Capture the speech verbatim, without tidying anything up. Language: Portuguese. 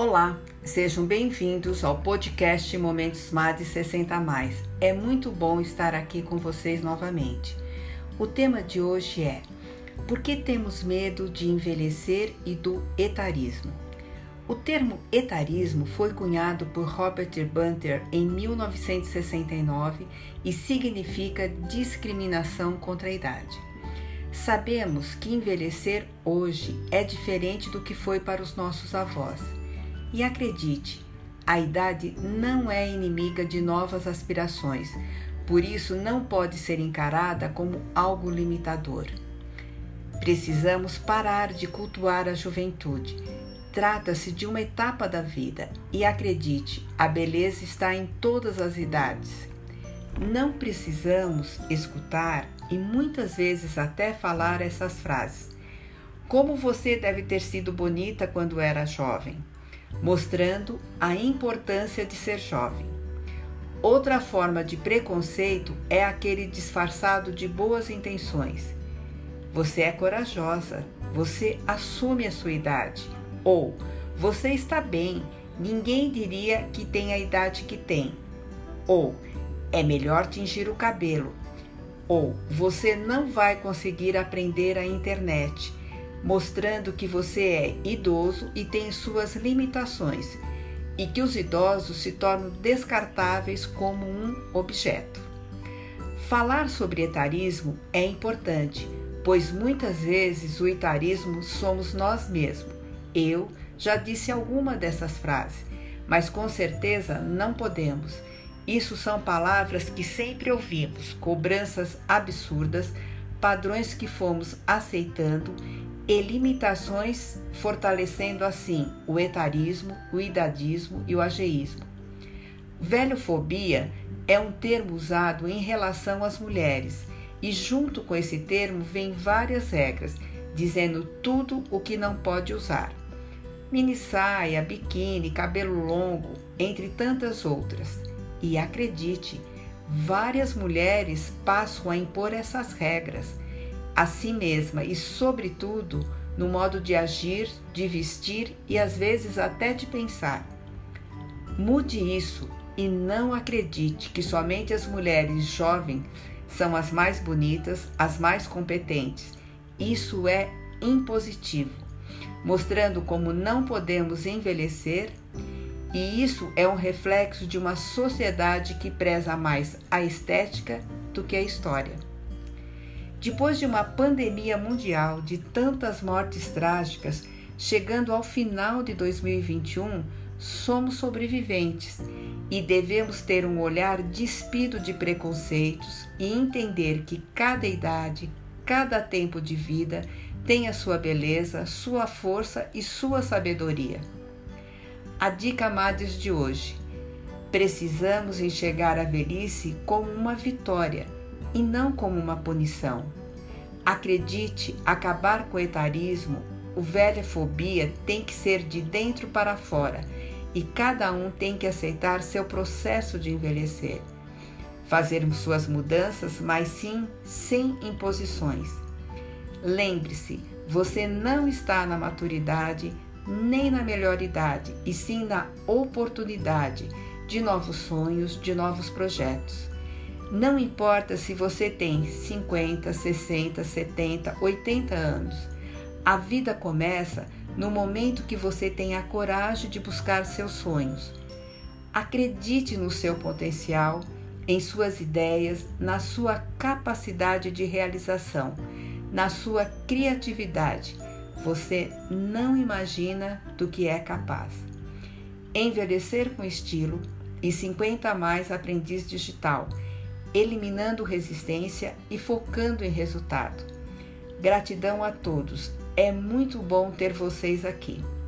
Olá, sejam bem-vindos ao podcast Momentos M A D sessenta mais. É muito bom estar aqui com vocês novamente. O tema de hoje é: por que temos medo de envelhecer e do etarismo? O termo etarismo foi cunhado por Robert Bunter em mil novecentos e sessenta e nove e significa discriminação contra a idade. Sabemos que envelhecer hoje é diferente do que foi para os nossos avós. E acredite, a idade não é inimiga de novas aspirações, por isso não pode ser encarada como algo limitador. Precisamos parar de cultuar a juventude. Trata-se de uma etapa da vida e acredite, a beleza está em todas as idades. Não precisamos escutar e muitas vezes até falar essas frases. Como você deve ter sido bonita quando era jovem, mostrando a importância de ser jovem. Outra forma de preconceito é aquele disfarçado de boas intenções. Você é corajosa, você assume a sua idade. Ou, você está bem, ninguém diria que tem a idade que tem. Ou, é melhor tingir o cabelo. Ou, você não vai conseguir aprender a internet, mostrando que você é idoso e tem suas limitações, e que os idosos se tornam descartáveis como um objeto. Falar sobre etarismo é importante, pois muitas vezes o etarismo somos nós mesmos. Eu já disse alguma dessas frases, mas com certeza não podemos. Isso são palavras que sempre ouvimos, cobranças absurdas, padrões que fomos aceitando e limitações, fortalecendo assim o etarismo, o idadismo e o ageísmo. Velhofobia é um termo usado em relação às mulheres e junto com esse termo vem várias regras, dizendo tudo o que não pode usar. Mini saia, biquíni, cabelo longo, entre tantas outras. E acredite, várias mulheres passam a impor essas regras a si mesma e, sobretudo, no modo de agir, de vestir e às vezes até de pensar. Mude isso e não acredite que somente as mulheres jovens são as mais bonitas, as mais competentes. Isso é impositivo, mostrando como não podemos envelhecer, e isso é um reflexo de uma sociedade que preza mais a estética do que a história. Depois de uma pandemia mundial de tantas mortes trágicas, chegando ao final de dois mil e vinte e um, somos sobreviventes e devemos ter um olhar despido de preconceitos e entender que cada idade, cada tempo de vida tem a sua beleza, sua força e sua sabedoria. A dica Mades de hoje: precisamos enxergar a velhice como uma vitória e não como uma punição. Acredite, acabar com o etarismo, o velhofobia tem que ser de dentro para fora e cada um tem que aceitar seu processo de envelhecer. Fazer suas mudanças, mas sim sem imposições. Lembre-se, você não está na maturidade nem na melhor idade, e sim na oportunidade de novos sonhos, de novos projetos. Não importa se você tem cinquenta, sessenta, setenta, oitenta anos. A vida começa no momento que você tem a coragem de buscar seus sonhos. Acredite no seu potencial, em suas ideias, na sua capacidade de realização, na sua criatividade. Você não imagina do que é capaz. Envelhecer com estilo e cinquenta a mais aprendiz digital, eliminando resistência e focando em resultado. Gratidão a todos. É muito bom ter vocês aqui.